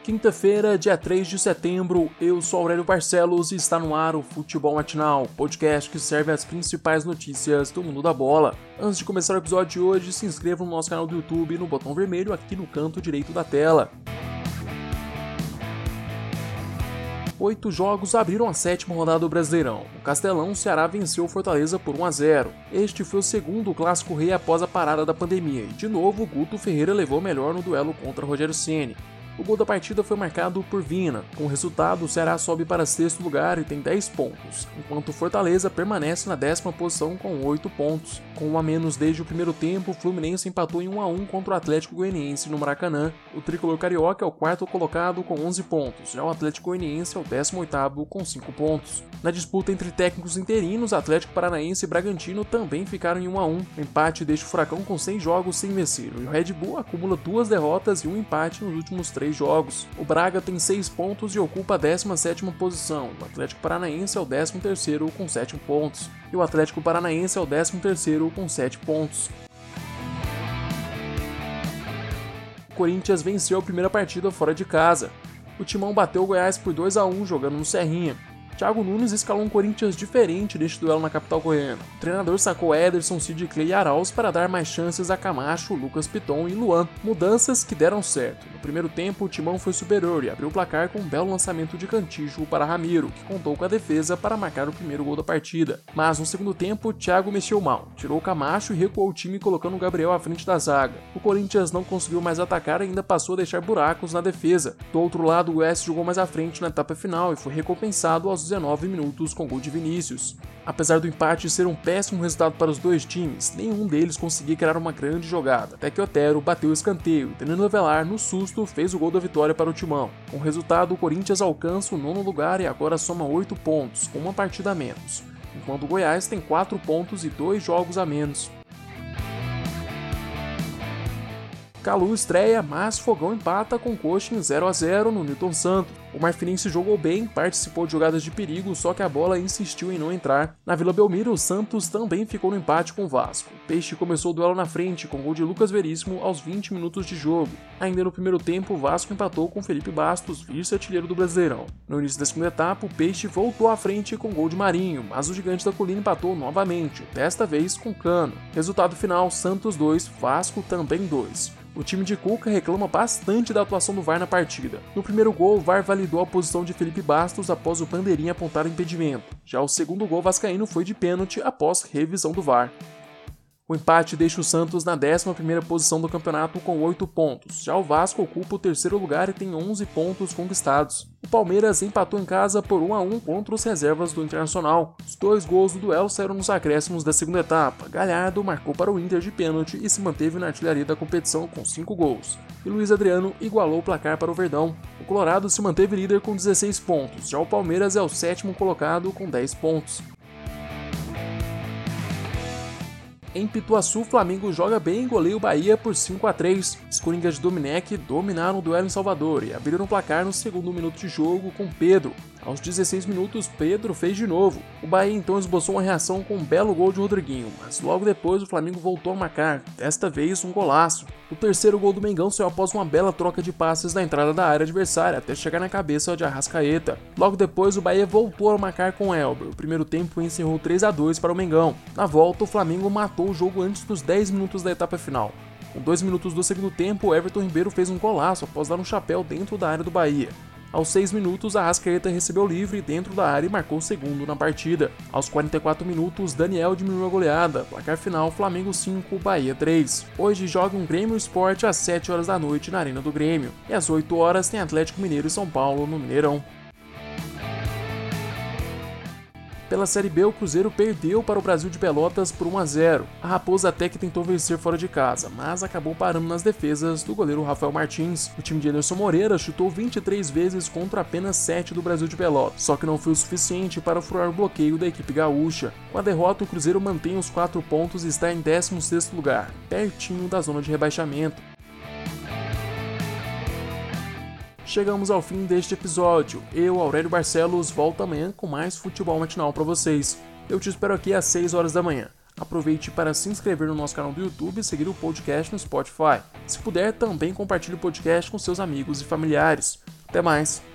Quinta-feira, dia 3 de setembro, eu sou Aurélio Barcelos e está no ar o Futebol Matinal, podcast que serve as principais notícias do mundo da bola. Antes de começar o episódio de hoje, se inscreva no nosso canal do YouTube no botão vermelho aqui no canto direito da tela. 8 jogos abriram a 7ª rodada do Brasileirão. No Castelão, o Ceará venceu o Fortaleza por 1-0. Este foi o segundo clássico rei após a parada da pandemia e, de novo, o Guto Ferreira levou melhor no duelo contra Rogério Ceni. O gol da partida foi marcado por Vina. Com o resultado, o Ceará sobe para 6º lugar e tem 10 pontos, enquanto o Fortaleza permanece na 10ª posição com 8 pontos. Com 1 a menos desde o primeiro tempo, o Fluminense empatou em 1-1 contra o Atlético Goianiense no Maracanã. O tricolor carioca é o 4º colocado com 11 pontos, já o Atlético Goianiense é o 18º com 5 pontos. Na disputa entre técnicos interinos, Atlético Paranaense e Bragantino também ficaram em 1-1. O empate deixa o Furacão com 6 jogos sem vencer, e o Red Bull acumula 2 derrotas e 1 empate nos últimos 3 jogos. O Braga tem 6 pontos e ocupa a 17ª posição. O Atlético Paranaense é o 13º com 7 pontos. E o Atlético Paranaense é o 13º com 7 pontos. O Corinthians venceu a primeira partida fora de casa. O Timão bateu o Goiás por 2-1 jogando no Serrinha. Thiago Nunes escalou um Corinthians diferente neste duelo na capital goiana. O treinador sacou Ederson, Sid Clay e Arauz para dar mais chances a Camacho, Lucas Piton e Luan. Mudanças que deram certo. No primeiro tempo, o Timão foi superior e abriu o placar com um belo lançamento de Cantillo para Ramiro, que contou com a defesa para marcar o primeiro gol da partida. Mas no segundo tempo, Thiago mexeu mal, tirou o Camacho e recuou o time colocando o Gabriel à frente da zaga. O Corinthians não conseguiu mais atacar e ainda passou a deixar buracos na defesa. Do outro lado, o Goiás jogou mais à frente na etapa final e foi recompensado aos 19 minutos com gol de Vinícius. Apesar do empate ser um péssimo resultado para os dois times, nenhum deles conseguia criar uma grande jogada, até que Otero bateu o escanteio e Danilo Avelar, no susto, fez o gol da vitória para o Timão. Com o resultado, o Corinthians alcança o 9º lugar e agora soma 8 pontos, com uma partida a menos, enquanto o Goiás tem 4 pontos e 2 jogos a menos. Calu estreia, mas Fogão empata com Coxa em 0-0 no Newton Santos. O marfinense jogou bem, participou de jogadas de perigo, só que a bola insistiu em não entrar. Na Vila Belmiro, o Santos também ficou no empate com o Vasco. O Peixe começou o duelo na frente, com gol de Lucas Veríssimo aos 20 minutos de jogo. Ainda no primeiro tempo, o Vasco empatou com Felipe Bastos, vice-artilheiro do Brasileirão. No início da segunda etapa, o Peixe voltou à frente com gol de Marinho, mas o Gigante da Colina empatou novamente, desta vez com Cano. Resultado final, Santos 2, Vasco também 2. O time de Cuca reclama bastante da atuação do VAR na partida. No primeiro gol, o VAR validou a posição de Felipe Bastos após o bandeirinha apontar o impedimento. Já o segundo gol vascaíno foi de pênalti após revisão do VAR. O empate deixa o Santos na 11ª posição do campeonato com 8 pontos. Já o Vasco ocupa o 3º lugar e tem 11 pontos conquistados. O Palmeiras empatou em casa por 1-1 contra os reservas do Internacional. Os 2 gols do duelo saíram nos acréscimos da segunda etapa. Galhardo marcou para o Inter de pênalti e se manteve na artilharia da competição com 5 gols. E Luiz Adriano igualou o placar para o Verdão. O Colorado se manteve líder com 16 pontos. Já o Palmeiras é o 7º colocado com 10 pontos. Em Pituaçu, o Flamengo joga bem e goleia o Bahia por 5-3. Os Coringas de Domenech dominaram o duelo em Salvador e abriram o placar no segundo minuto de jogo com Pedro. Aos 16 minutos, Pedro fez de novo. O Bahia então esboçou uma reação com um belo gol de Rodriguinho, mas logo depois o Flamengo voltou a marcar, desta vez um golaço. O terceiro gol do Mengão saiu após uma bela troca de passes na entrada da área adversária até chegar na cabeça de Arrascaeta. Logo depois, o Bahia voltou a marcar com Elber. O primeiro tempo encerrou 3-2 para o Mengão. Na volta, o Flamengo matou o jogo antes dos 10 minutos da etapa final. Com 2 minutos do segundo tempo, Everton Ribeiro fez um golaço após dar um chapéu dentro da área do Bahia. Aos 6 minutos, Arrascaeta recebeu livre dentro da área e marcou o segundo na partida. Aos 44 minutos, Daniel diminuiu a goleada. Placar final, Flamengo 5, Bahia 3. Hoje joga um Grêmio Sport às 7 horas da noite na Arena do Grêmio. E às 8 horas tem Atlético Mineiro e São Paulo no Mineirão. Pela Série B, o Cruzeiro perdeu para o Brasil de Pelotas por 1-0. A Raposa até que tentou vencer fora de casa, mas acabou parando nas defesas do goleiro Rafael Martins. O time de Anderson Moreira chutou 23 vezes contra apenas 7 do Brasil de Pelotas, só que não foi o suficiente para furar o bloqueio da equipe gaúcha. Com a derrota, o Cruzeiro mantém os 4 pontos e está em 16º lugar, pertinho da zona de rebaixamento. Chegamos ao fim deste episódio. Eu, Aurélio Barcelos, volto amanhã com mais futebol matinal para vocês. Eu te espero aqui às 6 horas da manhã. Aproveite para se inscrever no nosso canal do YouTube e seguir o podcast no Spotify. Se puder, também compartilhe o podcast com seus amigos e familiares. Até mais!